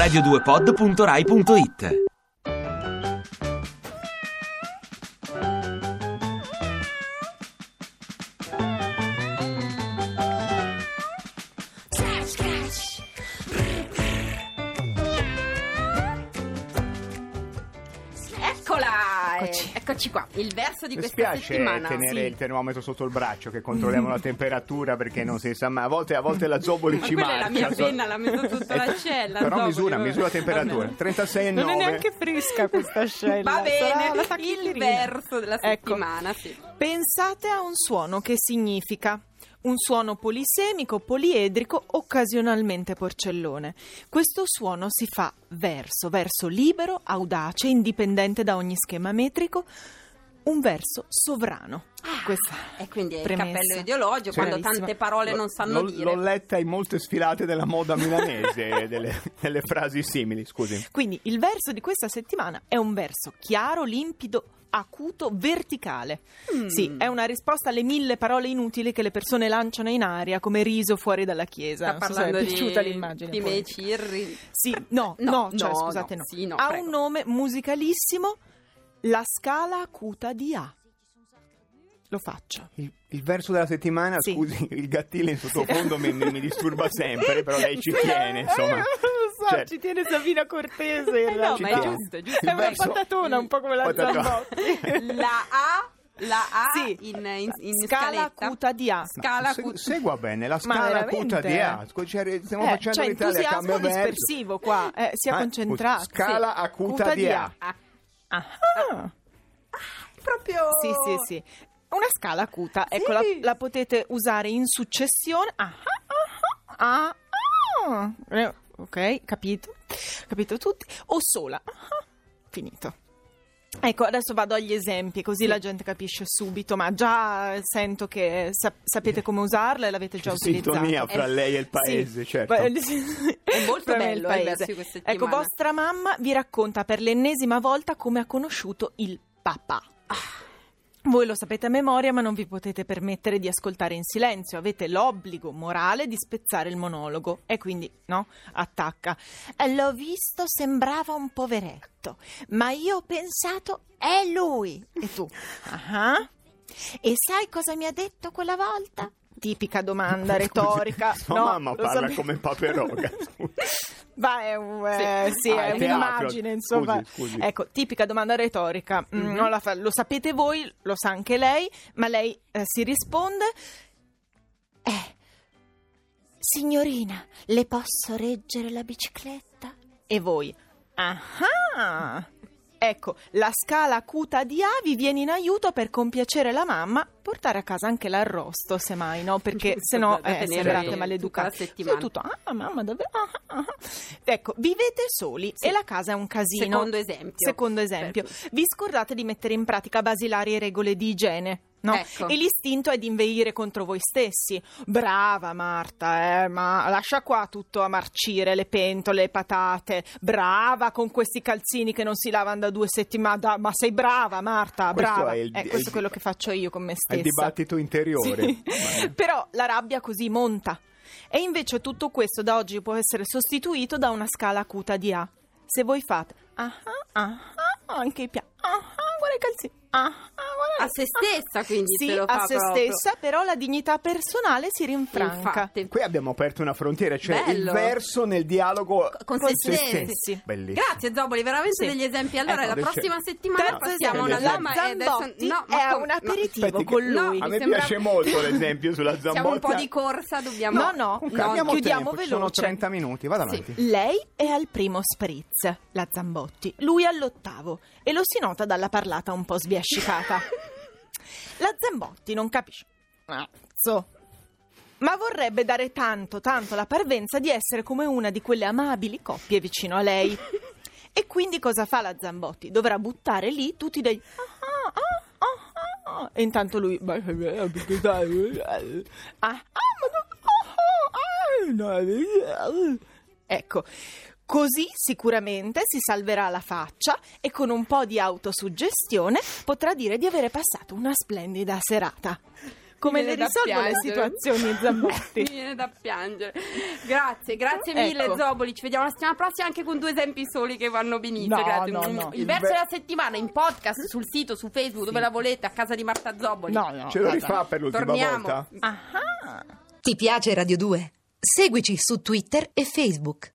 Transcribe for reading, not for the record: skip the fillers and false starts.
radio2pod.rai.it. Eccoci qua, il verso di questa settimana. Mi spiace tenere il termometro sotto il braccio, che controlliamo la temperatura, perché non si sa mai. A volte la Zoboli ci marcia. Ma quella è la mia penna, l'ha messa sotto l'ascella. Però misura la temperatura. 36,9. Non è neanche fresca questa ascella. Va bene, il verso della settimana. Ecco. Sì. Pensate a un suono che significa un suono polisemico, poliedrico, occasionalmente porcellone. Questo suono si fa verso libero, audace, indipendente da ogni schema metrico, un verso sovrano. Questa e quindi è il premessa. cappello ideologico, Sì, quando bravissima. tante parole non sanno dire. L'ho letta in molte sfilate della moda milanese, delle frasi simili, scusi. Quindi il verso di questa settimana è un verso chiaro, limpido, acuto, verticale. Sì, è una risposta alle 1000 parole inutili che le persone lanciano in aria come riso fuori dalla chiesa. Sta parlando è piaciuta l'immagine. di me, Cirri. Sì, scusate, no. Sì, no, ha prego. un nome musicalissimo, la scala acuta di A. Lo faccio. Il verso della settimana, Sì. scusi, il gattile in sottofondo mi disturba sempre, però lei ci tiene, insomma. Lo so, Certo. ci tiene Sabina Cortese. in No, ma è realtà. giusto. È una verso- patatona, un po' come la Patatona. Zambotti. La A Sì. in Scala scaletta. acuta di A. Scala Segua bene, la Ma scala veramente? acuta di A. Stiamo facendo c'è l'Italia a entusiasmo cambio verso. dispersivo qua. Sia concentrato. Scala acuta di A. Ah. Proprio Sì. Una scala acuta, ecco, la potete usare in successione. Ok, capito tutti. O sola. Finito. Ecco, adesso vado agli esempi, così la gente capisce subito, ma già sento che sapete come usarla e l'avete già utilizzata. Sintonia fra lei e il paese, Sì. certo. È molto Fra me e bello il verso di questa settimana. Ecco, vostra mamma vi racconta per l'ennesima volta come ha conosciuto il papà. Voi lo sapete a memoria, ma non vi potete permettere di ascoltare in silenzio. Avete l'obbligo morale di spezzare il monologo. E quindi, no? Attacca. L'ho visto, sembrava un poveretto. Ma io ho pensato, è lui. E tu? Ah. E sai cosa mi ha detto quella volta? Tipica domanda retorica. Sua No, mamma lo parla sapevo. come Paperoga. Ma è, è teatro. un'immagine, insomma. Scusi. Ecco, tipica domanda retorica. Non la fa- lo sapete voi, lo sa anche lei, ma lei si risponde: signorina, le posso reggere la bicicletta? E voi: ah! Ecco, la scala acuta di A vi viene in aiuto per compiacere la mamma, portare a casa anche l'arrosto, semmai, no? Perché sennò da tenere sembrate maleducati. tutta la settimana. Sì, tutto, mamma, davvero? Ecco, vivete soli e la casa è un casino. Secondo esempio. Vi scordate di mettere in pratica basilari e regole di igiene, no? Ecco. E l'istinto è di inveire contro voi stessi. Brava Marta, ma lascia qua tutto a marcire, le pentole, le patate. Brava con questi calzini che non si lavano da 2 settimane. Ma sei brava Marta, Questo brava. è Questo è quello che faccio io con me È stessa. il dibattito interiore. Sì. Però la rabbia così monta. E invece tutto questo da oggi può essere sostituito da una scala acuta di A. Se voi fate anche i piani, guarda i calzini, a se stessa, quindi sì, se lo fa a se proprio. stessa, però la dignità personale si rinfranca. Infatti. Qui abbiamo aperto una frontiera, cioè Bello. il verso nel dialogo Con se stessi. Bellissimo. Grazie Zoboli, veramente Sì. degli esempi. Allora, Ecco, la prossima settimana Terzo passiamo esempio, alla la Lama e adesso Zambotti è ma un aperitivo Aspetti con che- lui. A me sembra- piace molto l'esempio sulla Zambotti. Siamo un po' di corsa, dobbiamo No, Abbiamo chiudiamo tempo, ci sono veloce. 30 minuti, vada Sì. avanti. Lei è al primo spritz, la Zambotti, lui all'8° e lo si nota dalla parlata un po' sbiascicata. La Zambotti non capisce cazzo, ma vorrebbe dare tanto la parvenza di essere come una di quelle amabili coppie vicino a lei. E quindi cosa fa la Zambotti? Dovrà buttare lì tutti dei e intanto lui ecco, così sicuramente si salverà la faccia e con un po' di autosuggestione potrà dire di avere passato una splendida serata. come Mi le viene da risolvo le piangere. situazioni, Zambotti? Mi viene da piangere. Grazie mille, Ecco. Zoboli. Ci vediamo la settimana prossima anche con 2 esempi soli che vanno benissimo. No, Grazie. no. Il verso della settimana in podcast sul sito, su Facebook, dove la volete, a casa di Marta Zoboli. No. Ce lo rifà per l'ultima Torniamo. volta? Ah. Ti piace Radio 2? Seguici su Twitter e Facebook.